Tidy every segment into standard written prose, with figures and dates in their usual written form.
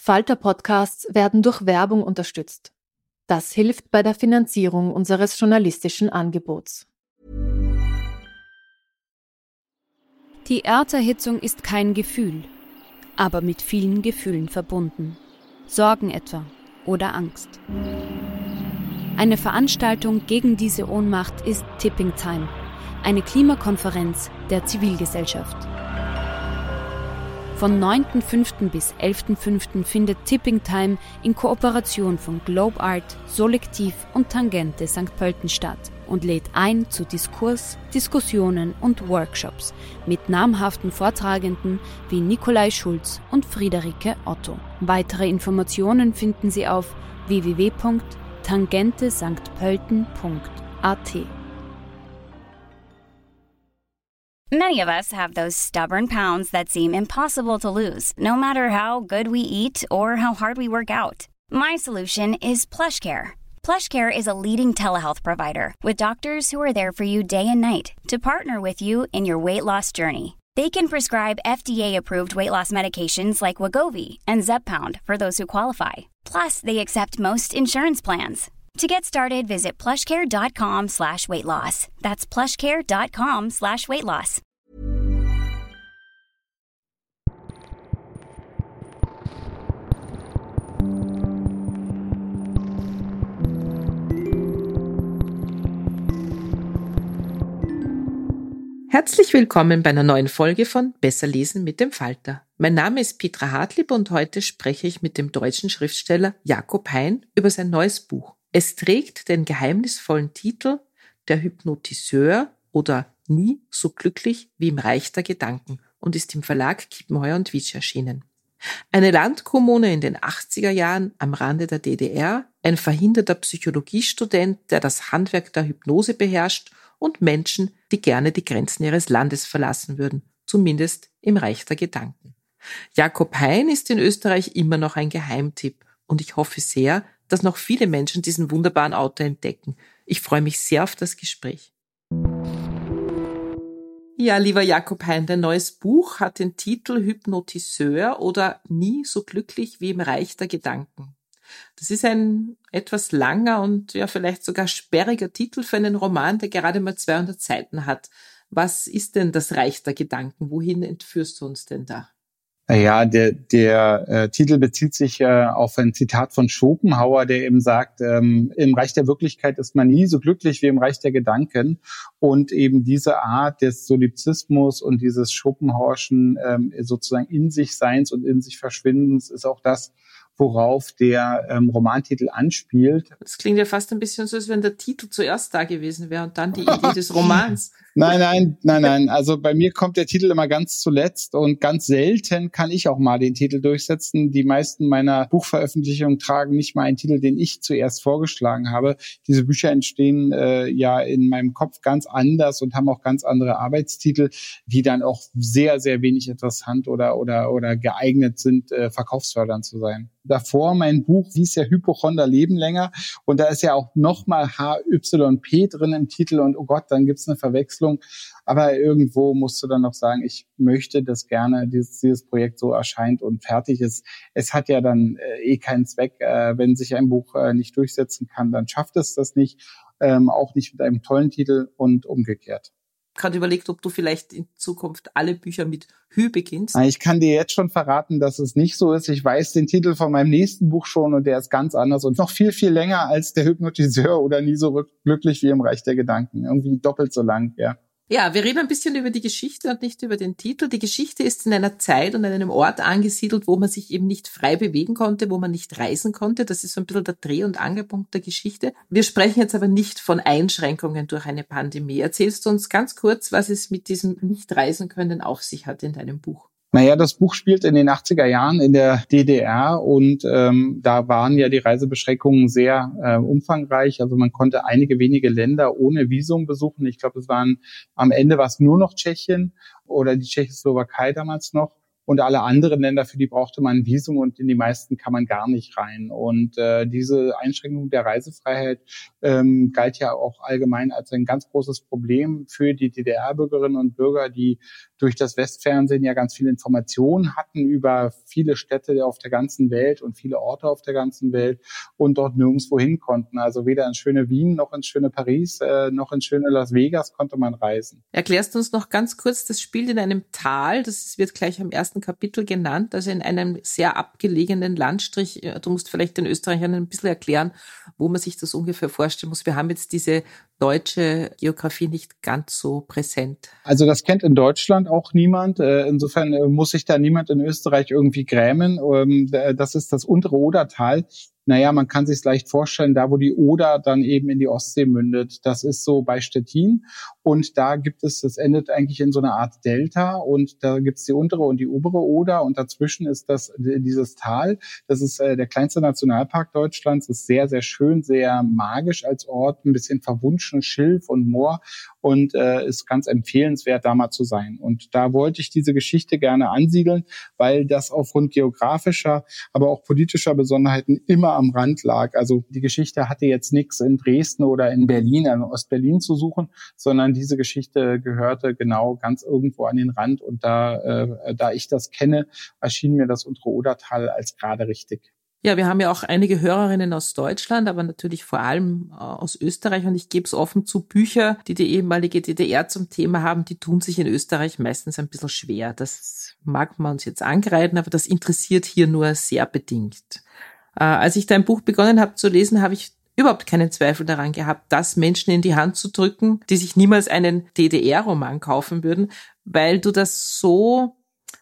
Falter-Podcasts werden durch Werbung unterstützt. Das hilft bei der Finanzierung unseres journalistischen Angebots. Die Erderhitzung ist kein Gefühl, aber mit vielen Gefühlen verbunden. Sorgen etwa oder Angst. Eine Veranstaltung gegen diese Ohnmacht ist Tipping Time, eine Klimakonferenz der Zivilgesellschaft. Von 9.5. bis 11.5. findet Tipping Time in Kooperation von Globe Art, Solektiv und Tangente St. Pölten statt und lädt ein zu Diskurs, Diskussionen und Workshops mit namhaften Vortragenden wie Nikolai Schulz und Friederike Otto. Weitere Informationen finden Sie auf www.tangentesanktpölten.at. Many of us have those stubborn pounds that seem impossible to lose, no matter how good we eat or how hard we work out. My solution is PlushCare. PlushCare is a leading telehealth provider with doctors who are there for you day and night to partner with you in your weight loss journey. They can prescribe FDA-approved weight loss medications like Wegovy and Zepbound for those who qualify. Plus, they accept most insurance plans. To get started, visit plushcare.com/weightloss. That's plushcare.com/weightloss. Herzlich willkommen bei einer neuen Folge von Besser lesen mit dem Falter. Mein Name ist Petra Hartlieb und heute spreche ich mit dem deutschen Schriftsteller Jakob Hein über sein neues Buch. Es trägt den geheimnisvollen Titel Der Hypnotiseur oder Nie so glücklich wie im Reich der Gedanken und ist im Verlag Kiepenheuer und Witsch erschienen. Eine Landkommune in den 80er Jahren am Rande der DDR, ein verhinderter Psychologiestudent, der das Handwerk der Hypnose beherrscht und Menschen, die gerne die Grenzen ihres Landes verlassen würden, zumindest im Reich der Gedanken. Jakob Hein ist in Österreich immer noch ein Geheimtipp und ich hoffe sehr, dass noch viele Menschen diesen wunderbaren Autor entdecken. Ich freue mich sehr auf das Gespräch. Ja, lieber Jakob Hein, dein neues Buch hat den Titel Hypnotiseur oder Nie so glücklich wie im Reich der Gedanken. Das ist ein etwas langer und ja vielleicht sogar sperriger Titel für einen Roman, der gerade mal 200 Seiten hat. Was ist denn das Reich der Gedanken? Wohin entführst du uns denn da? Ja, der Titel bezieht sich auf ein Zitat von Schopenhauer, der eben sagt, im Reich der Wirklichkeit ist man nie so glücklich wie im Reich der Gedanken. Und eben diese Art des Solipsismus und dieses Schopenhauerschen sozusagen in sich Seins und in sich Verschwindens ist auch das, worauf der Romantitel anspielt. Das klingt ja fast ein bisschen so, als wenn der Titel zuerst da gewesen wäre und dann die Idee des Romans. Nein. Also bei mir kommt der Titel immer ganz zuletzt und ganz selten kann ich auch mal den Titel durchsetzen. Die meisten meiner Buchveröffentlichungen tragen nicht mal einen Titel, den ich zuerst vorgeschlagen habe. Diese Bücher entstehen ja in meinem Kopf ganz anders und haben auch ganz andere Arbeitstitel, die dann auch sehr, sehr wenig interessant oder geeignet sind, verkaufsfördernd zu sein. Davor, mein Buch hieß ja Hypochonder leben länger und da ist ja auch nochmal HYP drin im Titel und oh Gott, dann gibt's eine Verwechslung. Aber irgendwo musst du dann noch sagen, ich möchte das gerne, dieses Projekt so erscheint und fertig ist. Es hat ja dann keinen Zweck, wenn sich ein Buch nicht durchsetzen kann, dann schafft es das nicht, auch nicht mit einem tollen Titel und umgekehrt. Gerade überlegt, ob du vielleicht in Zukunft alle Bücher mit Hü beginnst. Ich kann dir jetzt schon verraten, dass es nicht so ist. Ich weiß den Titel von meinem nächsten Buch schon und der ist ganz anders und noch viel, viel länger als Der Hypnotiseur oder Nie so glücklich wie im Reich der Gedanken. Irgendwie doppelt so lang, ja. Ja, wir reden ein bisschen über die Geschichte und nicht über den Titel. Die Geschichte ist in einer Zeit und an einem Ort angesiedelt, wo man sich eben nicht frei bewegen konnte, wo man nicht reisen konnte. Das ist so ein bisschen der Dreh- und Angelpunkt der Geschichte. Wir sprechen jetzt aber nicht von Einschränkungen durch eine Pandemie. Erzählst du uns ganz kurz, was es mit diesem Nicht-Reisen-Können auf sich hat in deinem Buch? Naja, das Buch spielt in den 80er Jahren in der DDR und da waren ja die Reisebeschränkungen sehr umfangreich. Also man konnte einige wenige Länder ohne Visum besuchen. Ich glaube, am Ende war es nur noch Tschechien oder die Tschechoslowakei damals noch. Und alle anderen Länder, für die brauchte man ein Visum und in die meisten kann man gar nicht rein. Und diese Einschränkung der Reisefreiheit galt ja auch allgemein als ein ganz großes Problem für die DDR-Bürgerinnen und Bürger, die durch das Westfernsehen ja ganz viele Informationen hatten über viele Städte auf der ganzen Welt und viele Orte auf der ganzen Welt und dort nirgendwo hin konnten. Also weder ins schöne Wien noch ins schöne Paris noch ins schöne Las Vegas konnte man reisen. Erklärst du uns noch ganz kurz, das spielt in einem Tal, das wird gleich am ersten Kapitel genannt, also in einem sehr abgelegenen Landstrich. Du musst vielleicht den Österreichern ein bisschen erklären, wo man sich das ungefähr vorstellen muss. Wir haben jetzt diese deutsche Geografie nicht ganz so präsent. Also das kennt in Deutschland auch niemand. Insofern muss sich da niemand in Österreich irgendwie grämen. Das ist das untere Odertal. Naja, man kann sich es leicht vorstellen, da wo die Oder dann eben in die Ostsee mündet. Das ist so bei Stettin. Und da das endet eigentlich in so einer Art Delta. Und da gibt's die untere und die obere Oder. Und dazwischen ist dieses Tal. Das ist der kleinste Nationalpark Deutschlands. Ist sehr, sehr schön, sehr magisch als Ort. Ein bisschen verwunschen, Schilf und Moor. Und ist ganz empfehlenswert, da mal zu sein. Und da wollte ich diese Geschichte gerne ansiedeln, weil das aufgrund geografischer, aber auch politischer Besonderheiten immer am Rand lag. Also die Geschichte hatte jetzt nichts in Dresden oder in Berlin, in Ostberlin zu suchen, sondern diese Geschichte gehörte genau ganz irgendwo an den Rand. Und da ich das kenne, erschien mir das untere Odertal als gerade richtig. Ja, wir haben ja auch einige Hörerinnen aus Deutschland, aber natürlich vor allem aus Österreich. Und ich gebe es offen zu, Bücher, die die ehemalige DDR zum Thema haben, die tun sich in Österreich meistens ein bisschen schwer. Das mag man uns jetzt angreifen, aber das interessiert hier nur sehr bedingt. Als ich dein Buch begonnen habe zu lesen, habe ich überhaupt keinen Zweifel daran gehabt, das Menschen in die Hand zu drücken, die sich niemals einen DDR-Roman kaufen würden, weil du das so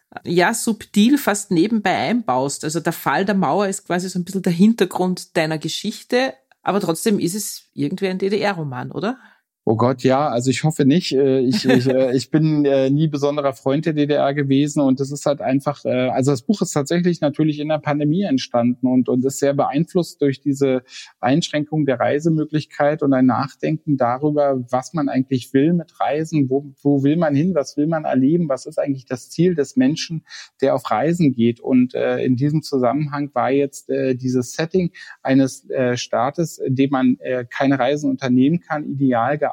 subtil fast nebenbei einbaust. Also der Fall der Mauer ist quasi so ein bisschen der Hintergrund deiner Geschichte, aber trotzdem ist es irgendwie ein DDR-Roman, oder? Oh Gott, ja, also ich hoffe nicht. Ich bin nie besonderer Freund der DDR gewesen und das ist halt einfach, also das Buch ist tatsächlich natürlich in der Pandemie entstanden und ist sehr beeinflusst durch diese Einschränkung der Reisemöglichkeit und ein Nachdenken darüber, was man eigentlich will mit Reisen, wo will man hin, was will man erleben, was ist eigentlich das Ziel des Menschen, der auf Reisen geht. Und in diesem Zusammenhang war jetzt dieses Setting eines Staates, in dem man keine Reisen unternehmen kann, ideal geeignet.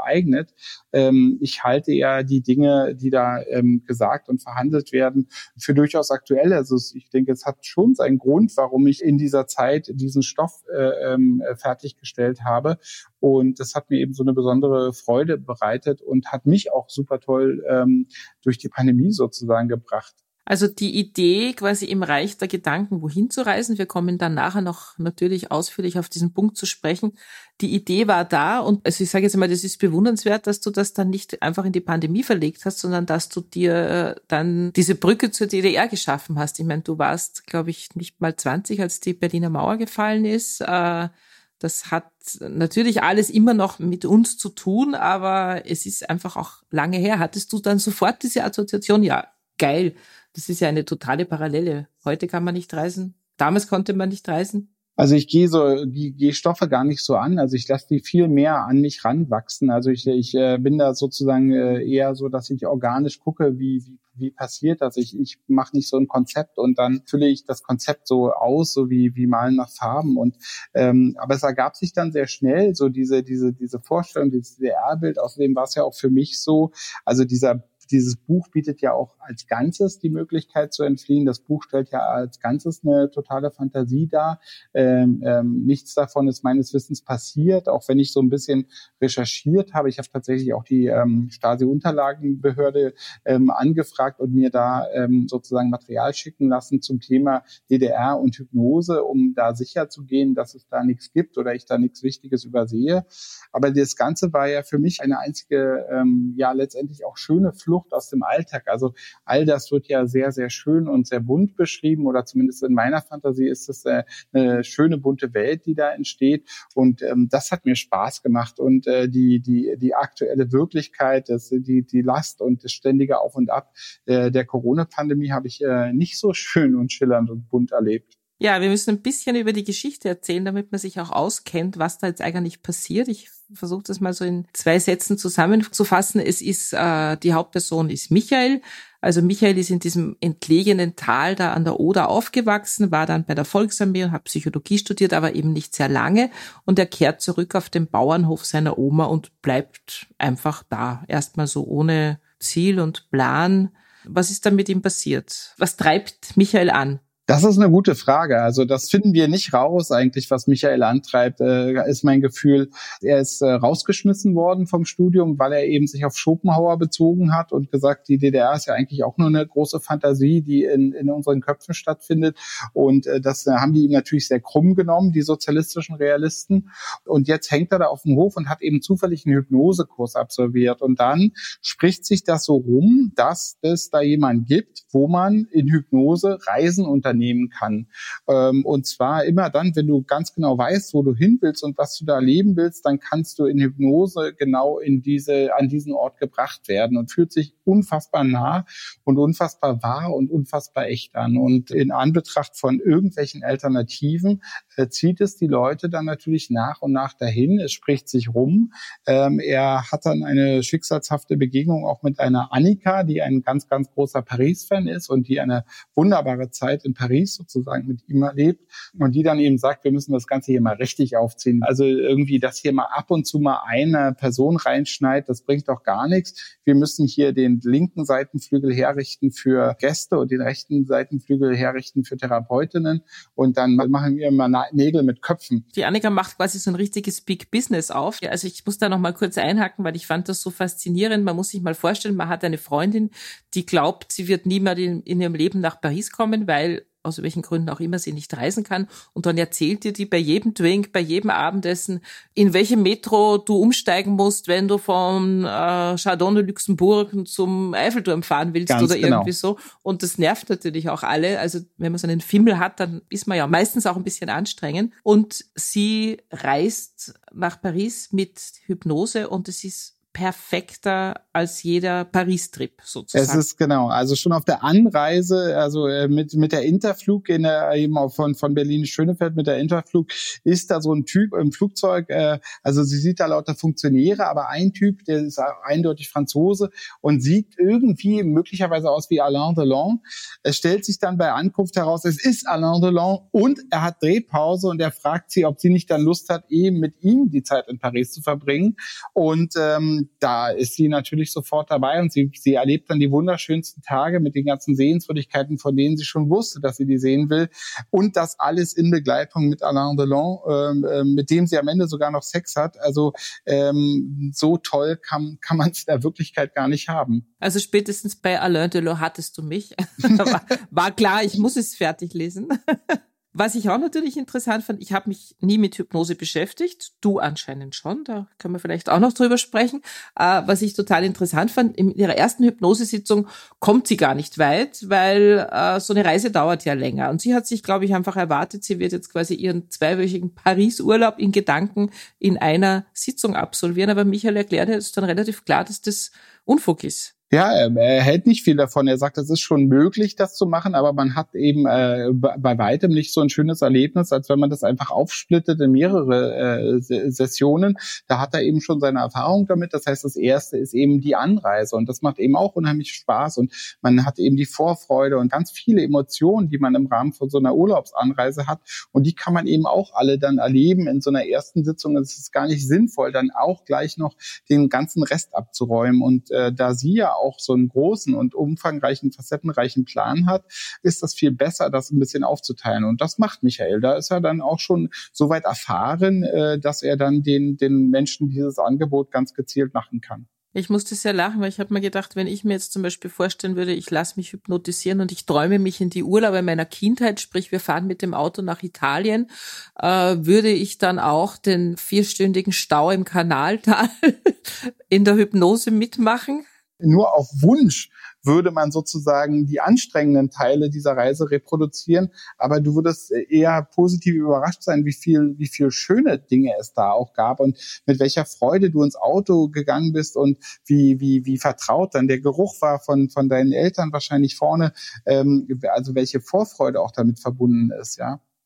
Ich halte ja die Dinge, die da gesagt und verhandelt werden, für durchaus aktuell. Also ich denke, es hat schon seinen Grund, warum ich in dieser Zeit diesen Stoff fertiggestellt habe. Und das hat mir eben so eine besondere Freude bereitet und hat mich auch super toll durch die Pandemie sozusagen gebracht. Also die Idee, quasi im Reich der Gedanken wohin zu reisen, wir kommen dann nachher noch natürlich ausführlich auf diesen Punkt zu sprechen. Die Idee war da und also ich sage jetzt mal, das ist bewundernswert, dass du das dann nicht einfach in die Pandemie verlegt hast, sondern dass du dir dann diese Brücke zur DDR geschaffen hast. Ich meine, du warst, glaube ich, nicht mal 20, als die Berliner Mauer gefallen ist. Das hat natürlich alles immer noch mit uns zu tun, aber es ist einfach auch lange her. Hattest du dann sofort diese Assoziation? Ja, geil. Das ist ja eine totale Parallele. Heute kann man nicht reisen. Damals konnte man nicht reisen. Also ich gehe Stoffe gar nicht so an. Also ich lasse die viel mehr an mich ranwachsen. Also ich bin da sozusagen eher so, dass ich organisch gucke, wie passiert das. Ich mache nicht so ein Konzept und dann fülle ich das Konzept so aus, so wie Malen nach Farben. Und aber es ergab sich dann sehr schnell so diese Vorstellung, dieses DDR-Bild. Außerdem war es ja auch für mich so, also dieses Buch bietet ja auch als Ganzes die Möglichkeit zu entfliehen. Das Buch stellt ja als Ganzes eine totale Fantasie dar. Nichts davon ist meines Wissens passiert, auch wenn ich so ein bisschen recherchiert habe. Ich habe tatsächlich auch die Stasi-Unterlagenbehörde angefragt und mir da sozusagen Material schicken lassen zum Thema DDR und Hypnose, um da sicher zu gehen, dass es da nichts gibt oder ich da nichts Wichtiges übersehe. Aber das Ganze war ja für mich eine einzige, letztendlich auch schöne Flucht aus dem Alltag. Also all das wird ja sehr, sehr schön und sehr bunt beschrieben oder zumindest in meiner Fantasie ist es eine schöne, bunte Welt, die da entsteht und das hat mir Spaß gemacht und die aktuelle Wirklichkeit, die Last und das ständige Auf und Ab der Corona-Pandemie habe ich nicht so schön und schillernd und bunt erlebt. Ja, wir müssen ein bisschen über die Geschichte erzählen, damit man sich auch auskennt, was da jetzt eigentlich passiert. Ich versuche das mal so in 2 Sätzen zusammenzufassen. Es ist, die Hauptperson ist Michael. Also Michael ist in diesem entlegenen Tal da an der Oder aufgewachsen, war dann bei der Volksarmee und hat Psychologie studiert, aber eben nicht sehr lange. Und er kehrt zurück auf den Bauernhof seiner Oma und bleibt einfach da. Erstmal so ohne Ziel und Plan. Was ist dann mit ihm passiert? Was treibt Michael an? Das ist eine gute Frage. Also das finden wir nicht raus eigentlich, was Michael antreibt, ist mein Gefühl. Er ist rausgeschmissen worden vom Studium, weil er eben sich auf Schopenhauer bezogen hat und gesagt, die DDR ist ja eigentlich auch nur eine große Fantasie, die in unseren Köpfen stattfindet. Und das haben die ihm natürlich sehr krumm genommen, die sozialistischen Realisten. Und jetzt hängt er da auf dem Hof und hat eben zufällig einen Hypnosekurs absolviert. Und dann spricht sich das so rum, dass es da jemanden gibt, wo man in Hypnose Reisen unternehmen kann. Und zwar immer dann, wenn du ganz genau weißt, wo du hin willst und was du da erleben willst, dann kannst du in Hypnose genau an diesen Ort gebracht werden und fühlt sich unfassbar nah und unfassbar wahr und unfassbar echt an. Und in Anbetracht von irgendwelchen Alternativen zieht es die Leute dann natürlich nach und nach dahin. Es spricht sich rum. Er hat dann eine schicksalshafte Begegnung auch mit einer Annika, die ein ganz, ganz großer Paris-Fan ist und die eine wunderbare Zeit in Paris sozusagen mit ihm erlebt und die dann eben sagt, wir müssen das Ganze hier mal richtig aufziehen. Also irgendwie, dass hier mal ab und zu mal eine Person reinschneit, das bringt doch gar nichts. Wir müssen hier den linken Seitenflügel herrichten für Gäste und den rechten Seitenflügel herrichten für Therapeutinnen und dann machen wir mal Nägel mit Köpfen. Die Annika macht quasi so ein richtiges Big Business auf. Ja, also ich muss da noch mal kurz einhaken, weil ich fand das so faszinierend. Man muss sich mal vorstellen, man hat eine Freundin, die glaubt, sie wird niemals in ihrem Leben nach Paris kommen, weil aus welchen Gründen auch immer sie nicht reisen kann. Und dann erzählt dir die bei jedem Drink, bei jedem Abendessen, in welchem Metro du umsteigen musst, wenn du vom Chardon de Luxembourg zum Eiffelturm fahren willst. Ganz oder irgendwie so. Und das nervt natürlich auch alle. Also wenn man so einen Fimmel hat, dann ist man ja meistens auch ein bisschen anstrengend. Und sie reist nach Paris mit Hypnose und es ist perfekter als jeder Paris-Trip sozusagen. Es ist genau, also schon auf der Anreise, also mit der Interflug eben auch von Berlin-Schönefeld mit der Interflug ist da so ein Typ im Flugzeug, also sie sieht da lauter Funktionäre, aber ein Typ, der ist eindeutig Franzose und sieht irgendwie möglicherweise aus wie Alain Delon. Es stellt sich dann bei Ankunft heraus, es ist Alain Delon und er hat Drehpause und er fragt sie, ob sie nicht dann Lust hat, eben mit ihm die Zeit in Paris zu verbringen und da ist sie natürlich sofort dabei und sie erlebt dann die wunderschönsten Tage mit den ganzen Sehenswürdigkeiten, von denen sie schon wusste, dass sie die sehen will. Und das alles in Begleitung mit Alain Delon, mit dem sie am Ende sogar noch Sex hat. Also so toll kann man es in der Wirklichkeit gar nicht haben. Also spätestens bei Alain Delon hattest du mich. War klar, ich muss es fertig lesen. Was ich auch natürlich interessant fand, ich habe mich nie mit Hypnose beschäftigt, du anscheinend schon, da können wir vielleicht auch noch drüber sprechen. Was ich total interessant fand, in ihrer ersten Hypnosesitzung kommt sie gar nicht weit, weil so eine Reise dauert ja länger. Und sie hat sich, glaube ich, einfach erwartet, sie wird jetzt quasi ihren 2-wöchigen Paris-Urlaub in Gedanken in einer Sitzung absolvieren. Aber Michael erklärte, es ist dann relativ klar, dass das Unfug ist. Ja, er hält nicht viel davon. Er sagt, es ist schon möglich, das zu machen, aber man hat eben bei weitem nicht so ein schönes Erlebnis, als wenn man das einfach aufsplittet in mehrere Sessionen. Da hat er eben schon seine Erfahrung damit. Das heißt, das erste ist eben die Anreise und das macht eben auch unheimlich Spaß und man hat eben die Vorfreude und ganz viele Emotionen, die man im Rahmen von so einer Urlaubsanreise hat und die kann man eben auch alle dann erleben in so einer ersten Sitzung. Es ist gar nicht sinnvoll, dann auch gleich noch den ganzen Rest abzuräumen und da sie ja auch so einen großen und umfangreichen, facettenreichen Plan hat, ist das viel besser, das ein bisschen aufzuteilen. Und das macht Michael. Da ist er dann auch schon so weit erfahren, dass er dann den Menschen dieses Angebot ganz gezielt machen kann. Ich musste sehr lachen, weil ich habe mir gedacht, wenn ich mir jetzt zum Beispiel vorstellen würde, ich lasse mich hypnotisieren und ich träume mich in die Urlaube meiner Kindheit, sprich wir fahren mit dem Auto nach Italien, würde ich dann auch den 4-stündigen Stau im Kanaltal in der Hypnose mitmachen? Nur auf Wunsch würde man sozusagen die anstrengenden Teile dieser Reise reproduzieren, aber du würdest eher positiv überrascht sein, wie viel schöne Dinge es da auch gab und mit welcher Freude du ins Auto gegangen bist und wie vertraut dann der Geruch war von deinen Eltern wahrscheinlich vorne, also welche Vorfreude auch damit verbunden ist, ja.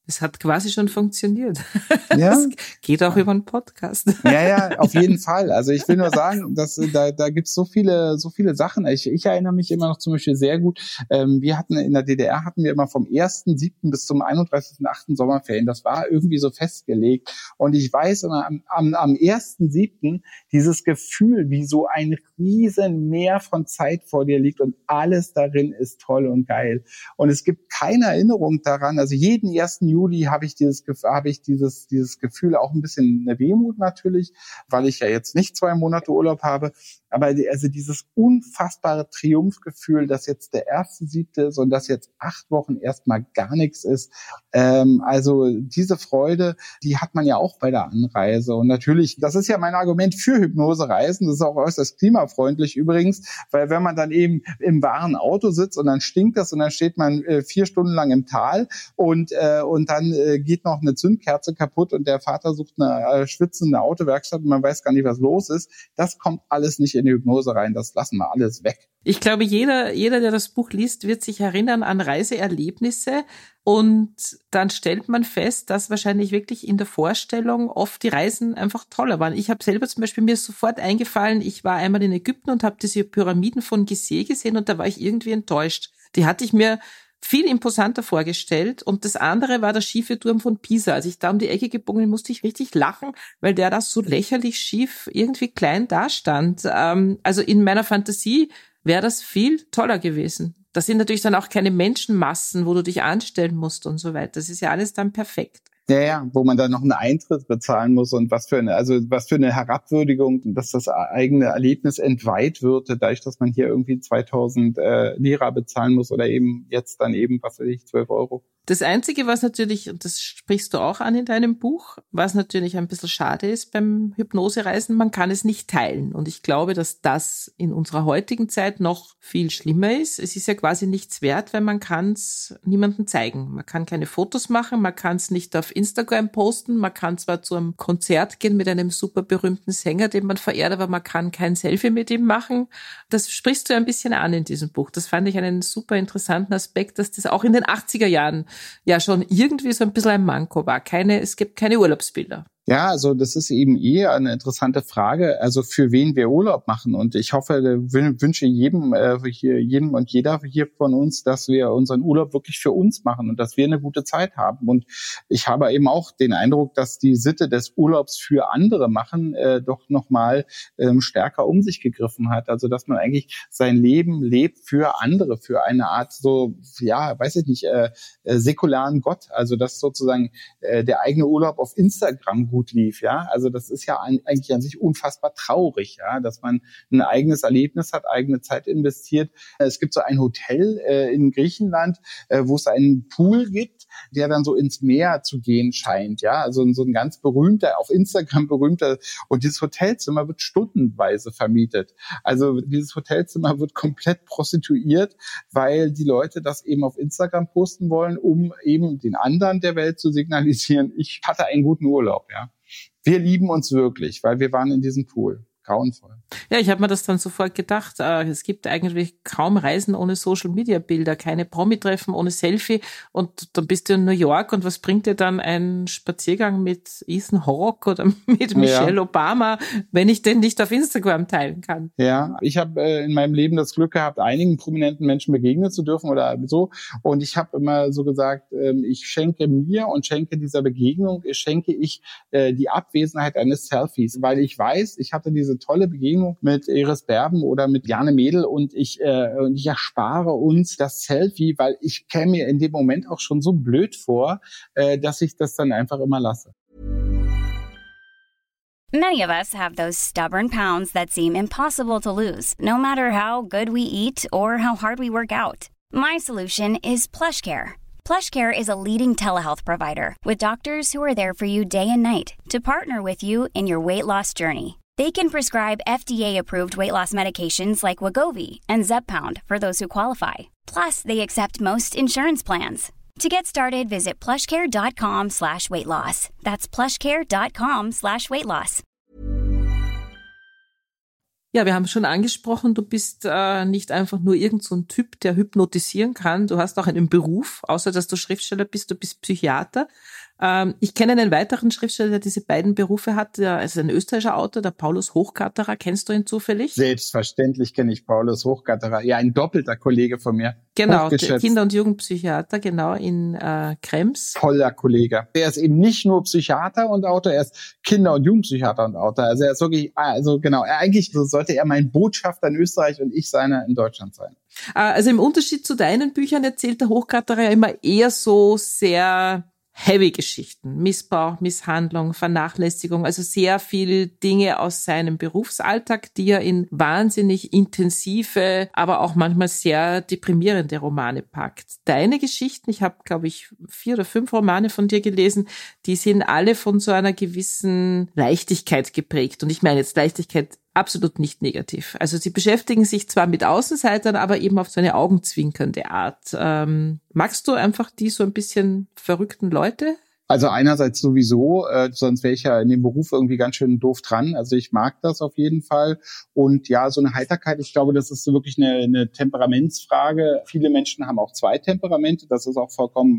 Es hat quasi schon funktioniert. Ja. Das geht auch über einen Podcast. Ja, auf jeden Fall. Also ich will nur sagen, dass da gibt's so viele Sachen. Ich erinnere mich immer noch zum Beispiel sehr gut. Wir hatten in der DDR immer vom 1.7. bis zum 31.8. Sommerferien. Das war irgendwie so festgelegt. Und ich weiß immer am 1.7. dieses Gefühl, wie so ein riesen Meer von Zeit vor dir liegt und alles darin ist toll und geil. Und es gibt keine Erinnerung daran. Also jeden 1. Juli habe ich dieses Gefühl, auch ein bisschen eine Wehmut natürlich, weil ich ja jetzt nicht 2 Monate Urlaub habe. Aber also dieses unfassbare Triumphgefühl, dass jetzt der 1.7. ist und dass jetzt 8 Wochen erstmal gar nichts ist. Also diese Freude, die hat man ja auch bei der Anreise. Und natürlich, das ist ja mein Argument für Hypnosereisen. Das ist auch äußerst klimafreundlich übrigens, weil wenn man dann eben im wahren Auto sitzt und dann stinkt das und dann steht man 4 Stunden lang im Tal und dann geht noch eine Zündkerze kaputt und der Vater sucht eine schwitzende Autowerkstatt und man weiß gar nicht, was los ist. Das kommt alles nicht in die Hypnose rein, das lassen wir alles weg. Ich glaube, jeder, der das Buch liest, wird sich erinnern an Reiseerlebnisse und dann stellt man fest, dass wahrscheinlich wirklich in der Vorstellung oft die Reisen einfach toller waren. Ich habe selber zum Beispiel, mir ist sofort eingefallen, ich war einmal in Ägypten und habe diese Pyramiden von Gizeh gesehen und da war ich irgendwie enttäuscht. Die hatte ich mir viel imposanter vorgestellt und das andere war der schiefe Turm von Pisa. Als ich da um die Ecke gebogen bin, musste ich richtig lachen, weil der da so lächerlich schief irgendwie klein dastand. Also in meiner Fantasie wäre das viel toller gewesen. Das sind natürlich dann auch keine Menschenmassen, wo du dich anstellen musst und so weiter. Das ist ja alles dann perfekt. Ja, wo man dann noch einen Eintritt bezahlen muss und was für eine Herabwürdigung, dass das eigene Erlebnis entweiht wird, dadurch, dass man hier irgendwie 2000 Lira bezahlen muss oder eben jetzt dann eben, was weiß ich, 12 Euro. Das Einzige, was natürlich, und das sprichst du auch an in deinem Buch, was natürlich ein bisschen schade ist beim Hypnosereisen, man kann es nicht teilen. Und ich glaube, dass das in unserer heutigen Zeit noch viel schlimmer ist. Es ist ja quasi nichts wert, weil man kann es niemandem zeigen. Man kann keine Fotos machen, man kann es nicht auf Instagram posten, man kann zwar zu einem Konzert gehen mit einem super berühmten Sänger, den man verehrt, aber man kann kein Selfie mit ihm machen. Das sprichst du ein bisschen an in diesem Buch. Das fand ich einen super interessanten Aspekt, dass das auch in den 80er Jahren ja schon irgendwie so ein bisschen ein Manko war. Es gibt keine Urlaubsbilder. Ja, also das ist eben eher eine interessante Frage, also für wen wir Urlaub machen. Und ich hoffe, wünsche jedem und jeder hier von uns, dass wir unseren Urlaub wirklich für uns machen und dass wir eine gute Zeit haben. Und ich habe eben auch den Eindruck, dass die Sitte des Urlaubs für andere machen doch nochmal stärker um sich gegriffen hat. Also dass man eigentlich sein Leben lebt für andere, für eine Art so, ja, weiß ich nicht, säkularen Gott. Also dass sozusagen der eigene Urlaub auf Instagram gut lief, ja. Also das ist ja eigentlich an sich unfassbar traurig, ja, dass man ein eigenes Erlebnis hat, eigene Zeit investiert. Es gibt so ein Hotel in Griechenland, wo es einen Pool gibt, der dann so ins Meer zu gehen scheint, ja. Also so ein ganz berühmter, auf Instagram berühmter, und dieses Hotelzimmer wird stundenweise vermietet. Also dieses Hotelzimmer wird komplett prostituiert, weil die Leute das eben auf Instagram posten wollen, um eben den anderen der Welt zu signalisieren, ich hatte einen guten Urlaub, ja. Wir lieben uns wirklich, weil wir waren in diesem Pool. Grauenvoll. Ja, ich habe mir das dann sofort gedacht, es gibt eigentlich kaum Reisen ohne Social-Media-Bilder, keine Promi-Treffen ohne Selfie und dann bist du in New York und was bringt dir dann ein Spaziergang mit Ethan Hawke oder mit Michelle Obama, wenn ich den nicht auf Instagram teilen kann? Ja, ich habe in meinem Leben das Glück gehabt, einigen prominenten Menschen begegnen zu dürfen oder so, und ich habe immer so gesagt, ich schenke mir und schenke dieser Begegnung, schenke ich die Abwesenheit eines Selfies, weil ich weiß, ich hatte diese tolle Begegnung mit Iris Berben oder mit Jane Mädel und ich erspare uns das Selfie, weil ich käme mir in dem Moment auch schon so blöd vor, dass ich das dann einfach immer lasse. Many of us have those stubborn pounds that seem impossible to lose, no matter how good we eat or how hard we work out. My solution is PlushCare. PlushCare is a leading telehealth provider with doctors who are there for you day and night to partner with you in your weight loss journey. They can prescribe FDA-approved weight loss medications like Wegovy and Zepbound for those who qualify. Plus, they accept most insurance plans. To get started, visit plushcare.com/weightloss. That's plushcare.com/weightloss. Ja, wir haben schon angesprochen, du bist nicht einfach nur irgend so ein Typ, der hypnotisieren kann. Du hast auch einen Beruf, außer dass du Schriftsteller bist, du bist Psychiater. Ich kenne einen weiteren Schriftsteller, der diese beiden Berufe hat. Er ist ein österreichischer Autor, der Paulus Hochgatterer. Kennst du ihn zufällig? Selbstverständlich kenne ich Paulus Hochgatterer. Ja, ein doppelter Kollege von mir. Genau, der Kinder- und Jugendpsychiater, genau, in Krems. Toller Kollege. Er ist eben nicht nur Psychiater und Autor, er ist Kinder- und Jugendpsychiater und Autor. Also er ist wirklich, eigentlich sollte er mein Botschafter in Österreich und ich seiner in Deutschland sein. Also im Unterschied zu deinen Büchern erzählt der Hochgatterer ja immer eher so sehr heavy Geschichten, Missbrauch, Misshandlung, Vernachlässigung, also sehr viel Dinge aus seinem Berufsalltag, die er in wahnsinnig intensive, aber auch manchmal sehr deprimierende Romane packt. Deine Geschichten, ich habe, glaube ich, 4 oder 5 Romane von dir gelesen, die sind alle von so einer gewissen Leichtigkeit geprägt. Und ich meine jetzt Leichtigkeit absolut nicht negativ. Also sie beschäftigen sich zwar mit Außenseitern, aber eben auf so eine augenzwinkernde Art. Magst du einfach die so ein bisschen verrückten Leute? Also einerseits sowieso, sonst wäre ich ja in dem Beruf irgendwie ganz schön doof dran. Also ich mag das auf jeden Fall. Und ja, so eine Heiterkeit, ich glaube, das ist wirklich eine Temperamentsfrage. Viele Menschen haben auch 2 Temperamente. Das ist auch vollkommen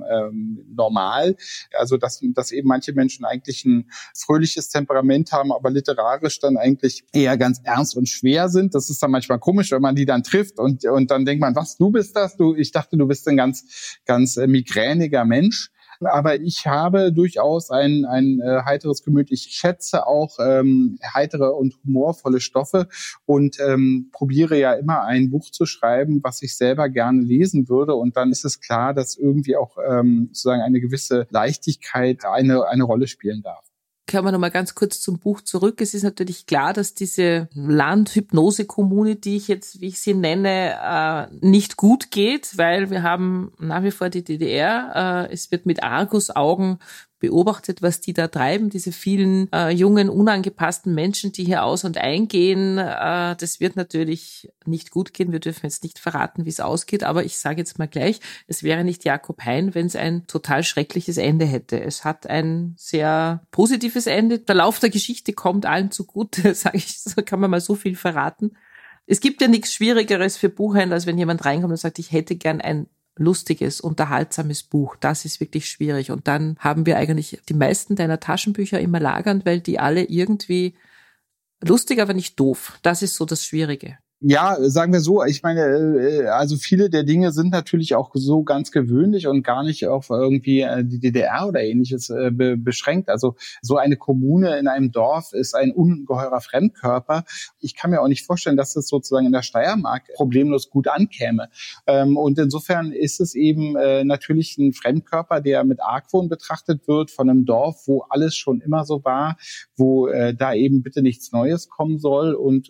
normal. Also dass eben manche Menschen eigentlich ein fröhliches Temperament haben, aber literarisch dann eigentlich eher ganz ernst und schwer sind. Das ist dann manchmal komisch, wenn man die dann trifft und dann denkt man, was, du bist das? Ich dachte, du bist ein ganz migräniger Mensch. Aber ich habe durchaus ein heiteres Gemüt. Ich schätze auch heitere und humorvolle Stoffe und probiere ja immer ein Buch zu schreiben, was ich selber gerne lesen würde. Und dann ist es klar, dass irgendwie auch sozusagen eine gewisse Leichtigkeit eine Rolle spielen darf. Kommen wir noch mal ganz kurz zum Buch zurück. Es ist natürlich klar, dass diese Land-Hypnose-Community, wie ich sie nenne, nicht gut geht, weil wir haben nach wie vor die DDR. Es wird mit Argusaugen beobachtet, was die da treiben, diese vielen jungen, unangepassten Menschen, die hier aus- und eingehen. Das wird natürlich nicht gut gehen. Wir dürfen jetzt nicht verraten, wie es ausgeht, aber ich sage jetzt mal gleich, es wäre nicht Jakob Hein, wenn es ein total schreckliches Ende hätte. Es hat ein sehr positives Ende. Der Lauf der Geschichte kommt allen zugute, sage ich, so kann man mal so viel verraten. Es gibt ja nichts Schwierigeres für Buchhändler, als wenn jemand reinkommt und sagt, ich hätte gern ein lustiges, unterhaltsames Buch. Das ist wirklich schwierig. Und dann haben wir eigentlich die meisten deiner Taschenbücher immer lagernd, weil die alle irgendwie lustig, aber nicht doof. Das ist so das Schwierige. Ja, sagen wir so, ich meine, also viele der Dinge sind natürlich auch so ganz gewöhnlich und gar nicht auf irgendwie die DDR oder Ähnliches beschränkt. Also so eine Kommune in einem Dorf ist ein ungeheurer Fremdkörper. Ich kann mir auch nicht vorstellen, dass das sozusagen in der Steiermark problemlos gut ankäme. Und insofern ist es eben natürlich ein Fremdkörper, der mit Argwohn betrachtet wird von einem Dorf, wo alles schon immer so war, wo da eben bitte nichts Neues kommen soll und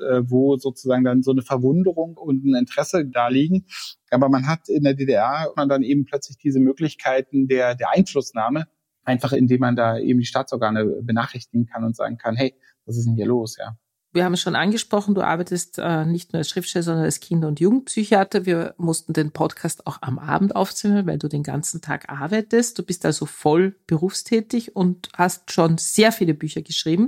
wo sozusagen dann so eine Verwunderung und ein Interesse da liegen. Aber man hat in der DDR dann eben plötzlich diese Möglichkeiten der Einflussnahme, einfach indem man da eben die Staatsorgane benachrichtigen kann und sagen kann, hey, was ist denn hier los, ja? Wir haben es schon angesprochen, du arbeitest nicht nur als Schriftsteller, sondern als Kinder- und Jugendpsychiater. Wir mussten den Podcast auch am Abend aufzeichnen, weil du den ganzen Tag arbeitest. Du bist also voll berufstätig und hast schon sehr viele Bücher geschrieben.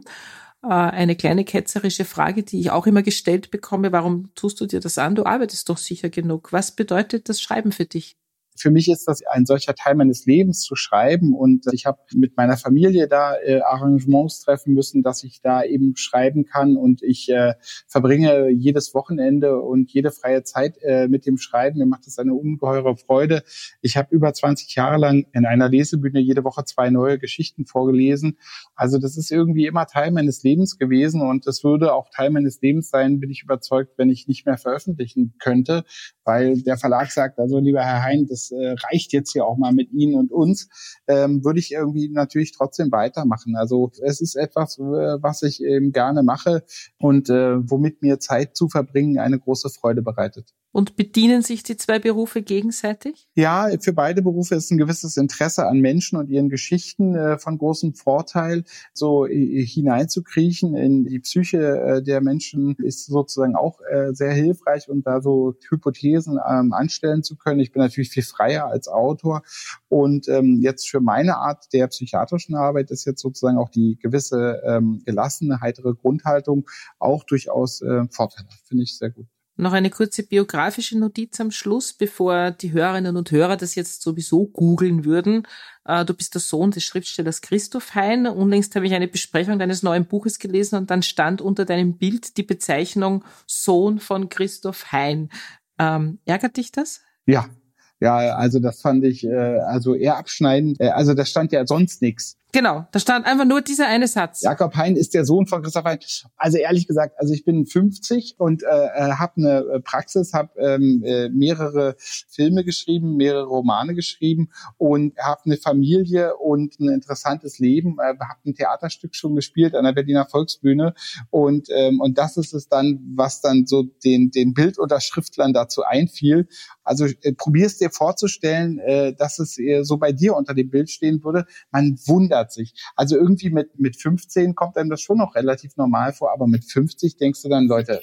Eine kleine ketzerische Frage, die ich auch immer gestellt bekomme. Warum tust du dir das an? Du arbeitest doch sicher genug. Was bedeutet das Schreiben für dich? Für mich ist das ein solcher Teil meines Lebens zu schreiben und ich habe mit meiner Familie da Arrangements treffen müssen, dass ich da eben schreiben kann und ich verbringe jedes Wochenende und jede freie Zeit mit dem Schreiben. Mir macht das eine ungeheure Freude. Ich habe über 20 Jahre lang in einer Lesebühne jede Woche 2 neue Geschichten vorgelesen. Also das ist irgendwie immer Teil meines Lebens gewesen und es würde auch Teil meines Lebens sein, bin ich überzeugt, wenn ich nicht mehr veröffentlichen könnte, weil der Verlag sagt, also lieber Herr Hein, das reicht jetzt hier auch mal mit Ihnen und uns, würde ich irgendwie natürlich trotzdem weitermachen. Also es ist etwas, was ich eben gerne mache und womit mir Zeit zu verbringen eine große Freude bereitet. Und bedienen sich die zwei Berufe gegenseitig? Ja, für beide Berufe ist ein gewisses Interesse an Menschen und ihren Geschichten von großem Vorteil. So hineinzukriechen in die Psyche der Menschen ist sozusagen auch sehr hilfreich und da so Hypothesen anstellen zu können. Ich bin natürlich viel freier als Autor und jetzt für meine Art der psychiatrischen Arbeit ist jetzt sozusagen auch die gewisse gelassene, heitere Grundhaltung auch durchaus vorteilhaft. Finde ich sehr gut. Noch eine kurze biografische Notiz am Schluss, bevor die Hörerinnen und Hörer das jetzt sowieso googeln würden. Du bist der Sohn des Schriftstellers Christoph Hein. Unlängst habe ich eine Besprechung deines neuen Buches gelesen und dann stand unter deinem Bild die Bezeichnung Sohn von Christoph Hein. Ärgert dich das? Ja, also das fand ich also eher abschneidend. Also da stand ja sonst nichts. Genau, da stand einfach nur dieser eine Satz. Jakob Hein ist der Sohn von Christoph Hein. Also ehrlich gesagt, also ich bin 50 und habe eine Praxis, habe mehrere Filme geschrieben, mehrere Romane geschrieben und habe eine Familie und ein interessantes Leben. Habe ein Theaterstück schon gespielt an der Berliner Volksbühne und das ist es dann, was dann so den Bildunterschriftlern dazu einfiel. Also probier es dir vorzustellen, dass es so bei dir unter dem Bild stehen würde. Man wundert sich. Also irgendwie mit 15 kommt einem das schon noch relativ normal vor, aber mit 50 denkst du dann, Leute,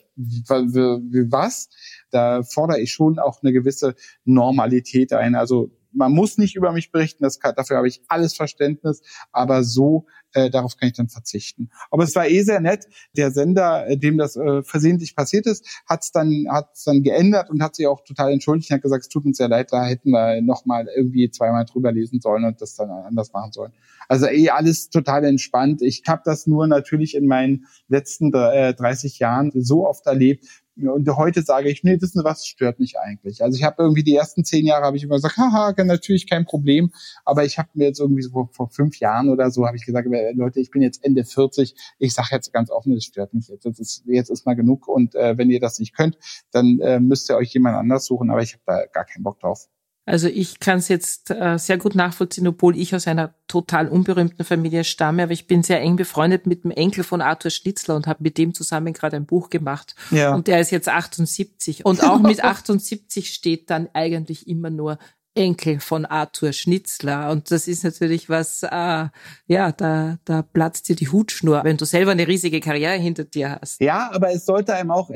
was? Da fordere ich schon auch eine gewisse Normalität ein. Also man muss nicht über mich berichten, dafür habe ich alles Verständnis, aber so, darauf kann ich dann verzichten. Aber es war sehr nett. Der Sender, dem das versehentlich passiert ist, hat's dann geändert und hat sich auch total entschuldigt und hat gesagt, es tut uns sehr leid, da hätten wir nochmal irgendwie zweimal drüber lesen sollen und das dann anders machen sollen. Also alles total entspannt. Ich habe das nur natürlich in meinen letzten 30 Jahren so oft erlebt. Und heute sage ich, nee, wissen Sie was, stört mich eigentlich. Also ich habe irgendwie die ersten 10 Jahre habe ich immer gesagt, haha, natürlich kein Problem. Aber ich habe mir jetzt irgendwie so vor 5 Jahren oder so habe ich gesagt, Leute, ich bin jetzt Ende 40. Ich sage jetzt ganz offen, das stört mich jetzt. Jetzt ist mal genug. Und wenn ihr das nicht könnt, dann müsst ihr euch jemand anders suchen. Aber ich habe da gar keinen Bock drauf. Also ich kann es jetzt sehr gut nachvollziehen, obwohl ich aus einer total unberühmten Familie stamme, aber ich bin sehr eng befreundet mit dem Enkel von Arthur Schnitzler und habe mit dem zusammen gerade ein Buch gemacht. Ja. Und der ist jetzt 78. Und auch mit 78 steht dann eigentlich immer nur Enkel von Arthur Schnitzler. Und das ist natürlich was, da platzt dir die Hutschnur, wenn du selber eine riesige Karriere hinter dir hast. Ja, aber es sollte einem auch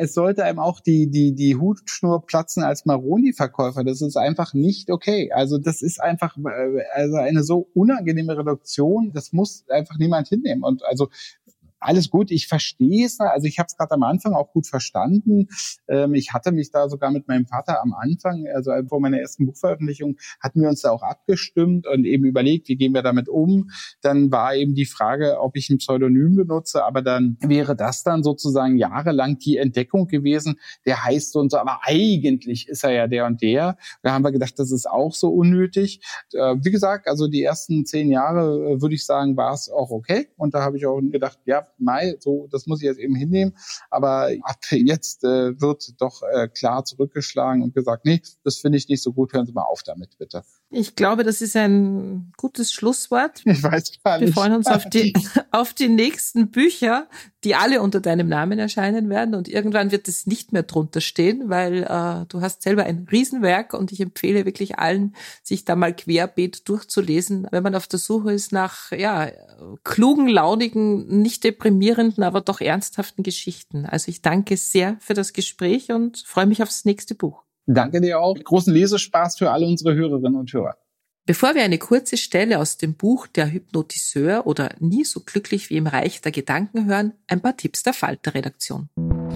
die Hutschnur platzen als Maroni-Verkäufer. Das ist einfach nicht okay. Also das ist einfach, also eine so unangenehme Reduktion, das muss einfach niemand hinnehmen. Und also alles gut, ich verstehe es. Also ich habe es gerade am Anfang auch gut verstanden. Ich hatte mich da sogar mit meinem Vater am Anfang, also vor meiner ersten Buchveröffentlichung, hatten wir uns da auch abgestimmt und eben überlegt, wie gehen wir damit um. Dann war eben die Frage, ob ich ein Pseudonym benutze, aber dann wäre das dann sozusagen jahrelang die Entdeckung gewesen, der heißt so und so, aber eigentlich ist er ja der und der. Da haben wir gedacht, das ist auch so unnötig. Wie gesagt, also die ersten 10 Jahre, würde ich sagen, war es auch okay. Und da habe ich auch gedacht, ja, so, das muss ich jetzt eben hinnehmen. Aber ab jetzt wird doch klar zurückgeschlagen und gesagt, nee, das finde ich nicht so gut, hören Sie mal auf damit, bitte. Ich glaube, das ist ein gutes Schlusswort. Ich weiß gar nicht. Wir freuen uns auf die nächsten Bücher, die alle unter deinem Namen erscheinen werden. Und irgendwann wird es nicht mehr drunter stehen, weil du hast selber ein Riesenwerk und ich empfehle wirklich allen, sich da mal querbeet durchzulesen, wenn man auf der Suche ist nach klugen, launigen, nicht deprimierenden, aber doch ernsthaften Geschichten. Also ich danke sehr für das Gespräch und freue mich aufs nächste Buch. Danke dir auch. Großen Lesespaß für alle unsere Hörerinnen und Hörer. Bevor wir eine kurze Stelle aus dem Buch Der Hypnotiseur oder Nie so glücklich wie im Reich der Gedanken hören, ein paar Tipps der Falter-Redaktion.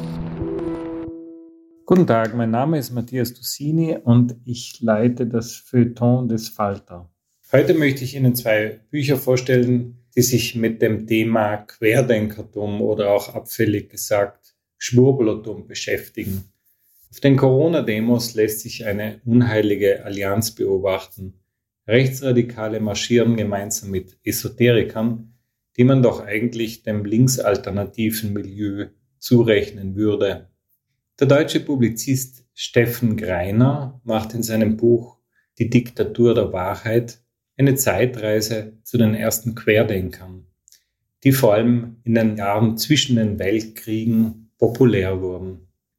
Guten Tag, mein Name ist Matthias Dussini und ich leite das Feuilleton des Falter. Heute möchte ich Ihnen 2 Bücher vorstellen, die sich mit dem Thema Querdenkertum oder auch abfällig gesagt Schwurblertum beschäftigen. Auf den Corona-Demos lässt sich eine unheilige Allianz beobachten. Rechtsradikale marschieren gemeinsam mit Esoterikern, die man doch eigentlich dem linksalternativen Milieu zurechnen würde. Der deutsche Publizist Steffen Greiner macht in seinem Buch Die Diktatur der Wahrheit eine Zeitreise zu den ersten Querdenkern, die vor allem in den Jahren zwischen den Weltkriegen populär wurden.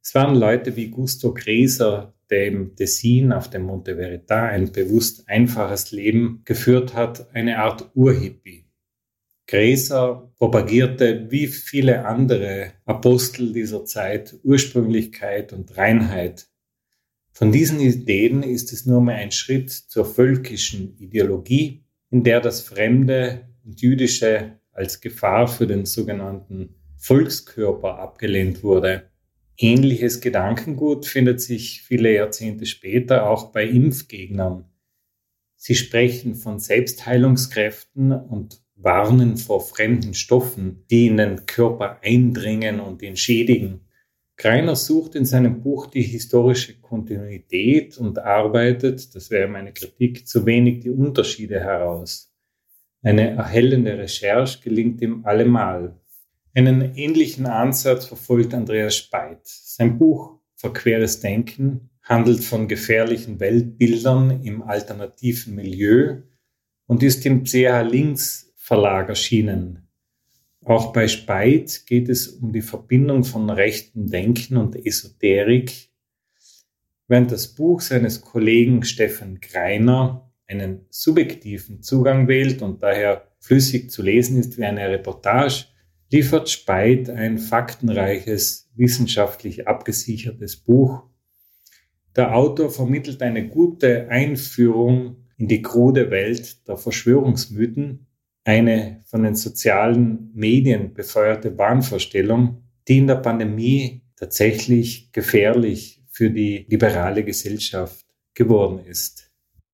Es waren Leute wie Gusto Gräser, der im Tessin auf dem Monte Verita ein bewusst einfaches Leben geführt hat, eine Art Urhippie. Gräser propagierte wie viele andere Apostel dieser Zeit Ursprünglichkeit und Reinheit. Von diesen Ideen ist es nur mehr ein Schritt zur völkischen Ideologie, in der das Fremde und Jüdische als Gefahr für den sogenannten Volkskörper abgelehnt wurde. Ähnliches Gedankengut findet sich viele Jahrzehnte später auch bei Impfgegnern. Sie sprechen von Selbstheilungskräften und warnen vor fremden Stoffen, die in den Körper eindringen und ihn schädigen. Greiner sucht in seinem Buch die historische Kontinuität und arbeitet, das wäre meine Kritik, zu wenig die Unterschiede heraus. Eine erhellende Recherche gelingt ihm allemal. Einen ähnlichen Ansatz verfolgt Andreas Speit. Sein Buch Verqueres Denken handelt von gefährlichen Weltbildern im alternativen Milieu und ist im CH Links Verlag erschienen. Auch bei Speit geht es um die Verbindung von rechtem Denken und Esoterik, während das Buch seines Kollegen Stefan Greiner einen subjektiven Zugang wählt und daher flüssig zu lesen ist wie eine Reportage, liefert Speit ein faktenreiches, wissenschaftlich abgesichertes Buch. Der Autor vermittelt eine gute Einführung in die krude Welt der Verschwörungsmythen, eine von den sozialen Medien befeuerte Wahnvorstellung, die in der Pandemie tatsächlich gefährlich für die liberale Gesellschaft geworden ist.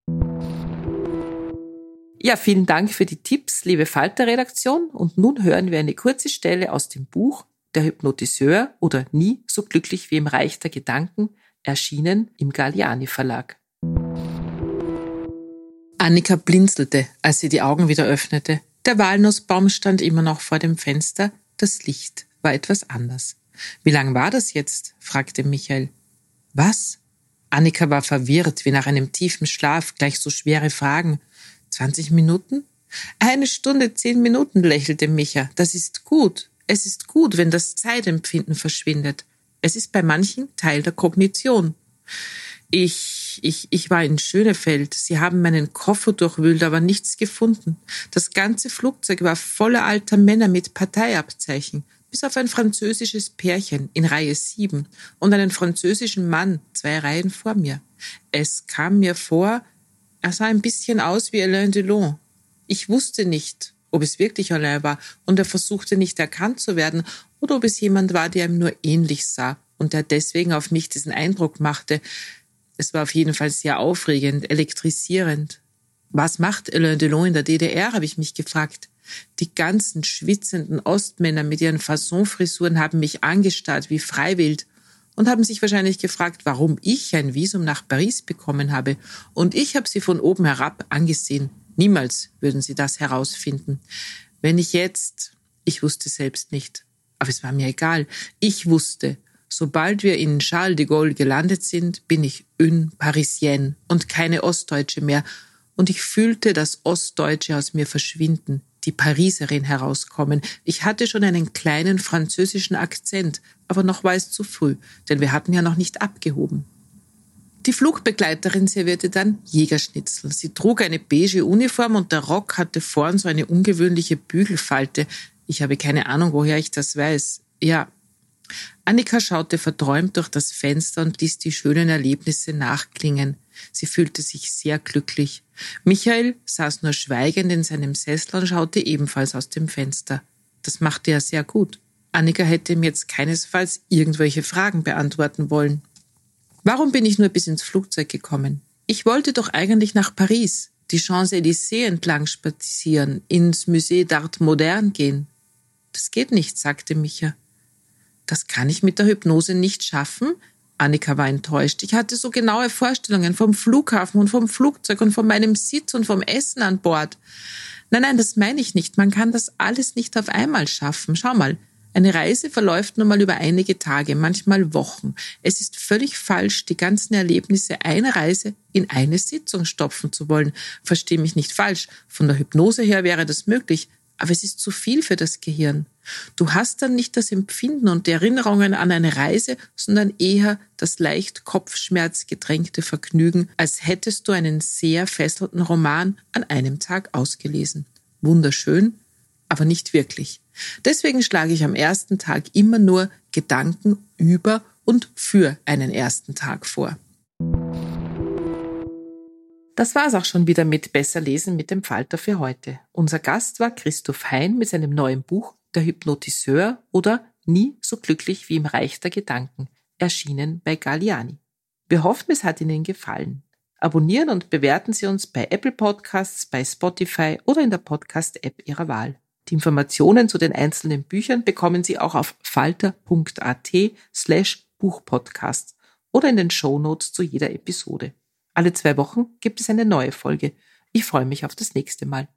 Ja, vielen Dank für die Tipps, liebe Falter-Redaktion. Und nun hören wir eine kurze Stelle aus dem Buch Der Hypnotiseur oder Nie so glücklich wie im Reich der Gedanken, erschienen im Galliani Verlag. Annika blinzelte, als sie die Augen wieder öffnete. Der Walnussbaum stand immer noch vor dem Fenster, das Licht war etwas anders. »Wie lang war das jetzt?« fragte Michael. »Was?« Annika war verwirrt, wie nach einem tiefen Schlaf, gleich so schwere Fragen. 20 Minuten? 1 Stunde, 10 Minuten, lächelte Micha. Das ist gut. Es ist gut, wenn das Zeitempfinden verschwindet. Es ist bei manchen Teil der Kognition. Ich war in Schönefeld. Sie haben meinen Koffer durchwühlt, aber nichts gefunden. Das ganze Flugzeug war voller alter Männer mit Parteiabzeichen, bis auf ein französisches Pärchen in Reihe 7 und einen französischen Mann 2 Reihen vor mir. Es kam mir vor, er sah ein bisschen aus wie Alain Delon. Ich wusste nicht, ob es wirklich Alain war, und er versuchte nicht erkannt zu werden, oder ob es jemand war, der ihm nur ähnlich sah und der deswegen auf mich diesen Eindruck machte. Es war auf jeden Fall sehr aufregend, elektrisierend. Was macht Alain Delon in der DDR, habe ich mich gefragt. Die ganzen schwitzenden Ostmänner mit ihren Fasson-Frisuren haben mich angestarrt wie Freiwild und haben sich wahrscheinlich gefragt, warum ich ein Visum nach Paris bekommen habe. Und ich habe sie von oben herab angesehen. Niemals würden sie das herausfinden. Wenn ich wusste selbst nicht, aber es war mir egal. Ich wusste, sobald wir in Charles de Gaulle gelandet sind, bin ich une Parisienne und keine Ostdeutsche mehr. Und ich fühlte das Ostdeutsche aus mir verschwinden, die Pariserin herauskommen. Ich hatte schon einen kleinen französischen Akzent, aber noch war es zu früh, denn wir hatten ja noch nicht abgehoben. Die Flugbegleiterin servierte dann Jägerschnitzel. Sie trug eine beige Uniform und der Rock hatte vorn so eine ungewöhnliche Bügelfalte. Ich habe keine Ahnung, woher ich das weiß. Ja. Annika schaute verträumt durch das Fenster und ließ die schönen Erlebnisse nachklingen. Sie fühlte sich sehr glücklich. Michael saß nur schweigend in seinem Sessel und schaute ebenfalls aus dem Fenster. Das machte er sehr gut. Annika hätte ihm jetzt keinesfalls irgendwelche Fragen beantworten wollen. Warum bin ich nur bis ins Flugzeug gekommen? Ich wollte doch eigentlich nach Paris, die Champs-Élysées entlang spazieren, ins Musée d'Art Moderne gehen. Das geht nicht, sagte Micha. Das kann ich mit der Hypnose nicht schaffen? Annika war enttäuscht. Ich hatte so genaue Vorstellungen vom Flughafen und vom Flugzeug und von meinem Sitz und vom Essen an Bord. Nein, das meine ich nicht. Man kann das alles nicht auf einmal schaffen. Schau mal, eine Reise verläuft nun mal über einige Tage, manchmal Wochen. Es ist völlig falsch, die ganzen Erlebnisse einer Reise in eine Sitzung stopfen zu wollen. Versteh mich nicht falsch. Von der Hypnose her wäre das möglich. Aber es ist zu viel für das Gehirn. Du hast dann nicht das Empfinden und die Erinnerungen an eine Reise, sondern eher das leicht kopfschmerzgetränkte Vergnügen, als hättest du einen sehr fesselnden Roman an einem Tag ausgelesen. Wunderschön, aber nicht wirklich. Deswegen schlage ich am ersten Tag immer nur Gedanken über und für einen ersten Tag vor. Das war's auch schon wieder mit Besser lesen mit dem Falter für heute. Unser Gast war Christoph Hein mit seinem neuen Buch Der Hypnotiseur oder Nie so glücklich wie im Reich der Gedanken, erschienen bei Galliani. Wir hoffen, es hat Ihnen gefallen. Abonnieren und bewerten Sie uns bei Apple Podcasts, bei Spotify oder in der Podcast-App Ihrer Wahl. Die Informationen zu den einzelnen Büchern bekommen Sie auch auf falter.at/Buchpodcasts oder in den Shownotes zu jeder Episode. Alle 2 Wochen gibt es eine neue Folge. Ich freue mich auf das nächste Mal.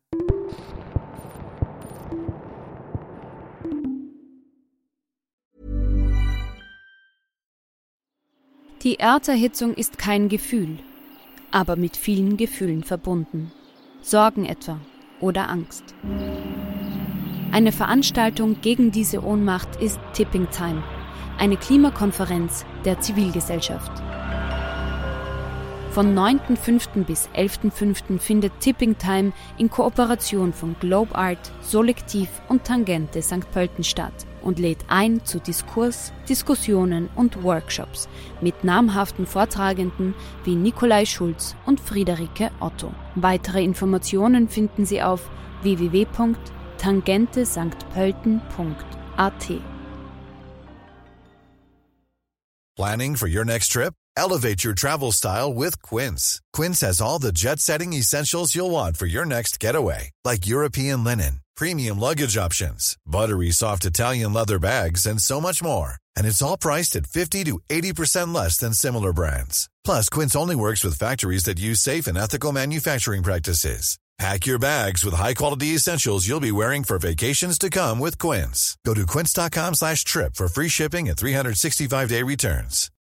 Die Erderhitzung ist kein Gefühl, aber mit vielen Gefühlen verbunden. Sorgen etwa oder Angst. Eine Veranstaltung gegen diese Ohnmacht ist Tipping Time, eine Klimakonferenz der Zivilgesellschaft. Von 9.5. bis 11.5. findet Tipping Time in Kooperation von Globe Art, Solektiv und Tangente St. Pölten statt und lädt ein zu Diskurs, Diskussionen und Workshops mit namhaften Vortragenden wie Nikolai Schulz und Friederike Otto. Weitere Informationen finden Sie auf www.tangentesanktpölten.at. Planning for your next trip? Elevate your travel style with Quince. Quince has all the jet-setting essentials you'll want for your next getaway, like European linen, premium luggage options, buttery soft Italian leather bags, and so much more. And it's all priced at 50 to 80% less than similar brands. Plus, Quince only works with factories that use safe and ethical manufacturing practices. Pack your bags with high-quality essentials you'll be wearing for vacations to come with Quince. Go to quince.com/trip for free shipping and 365-day returns.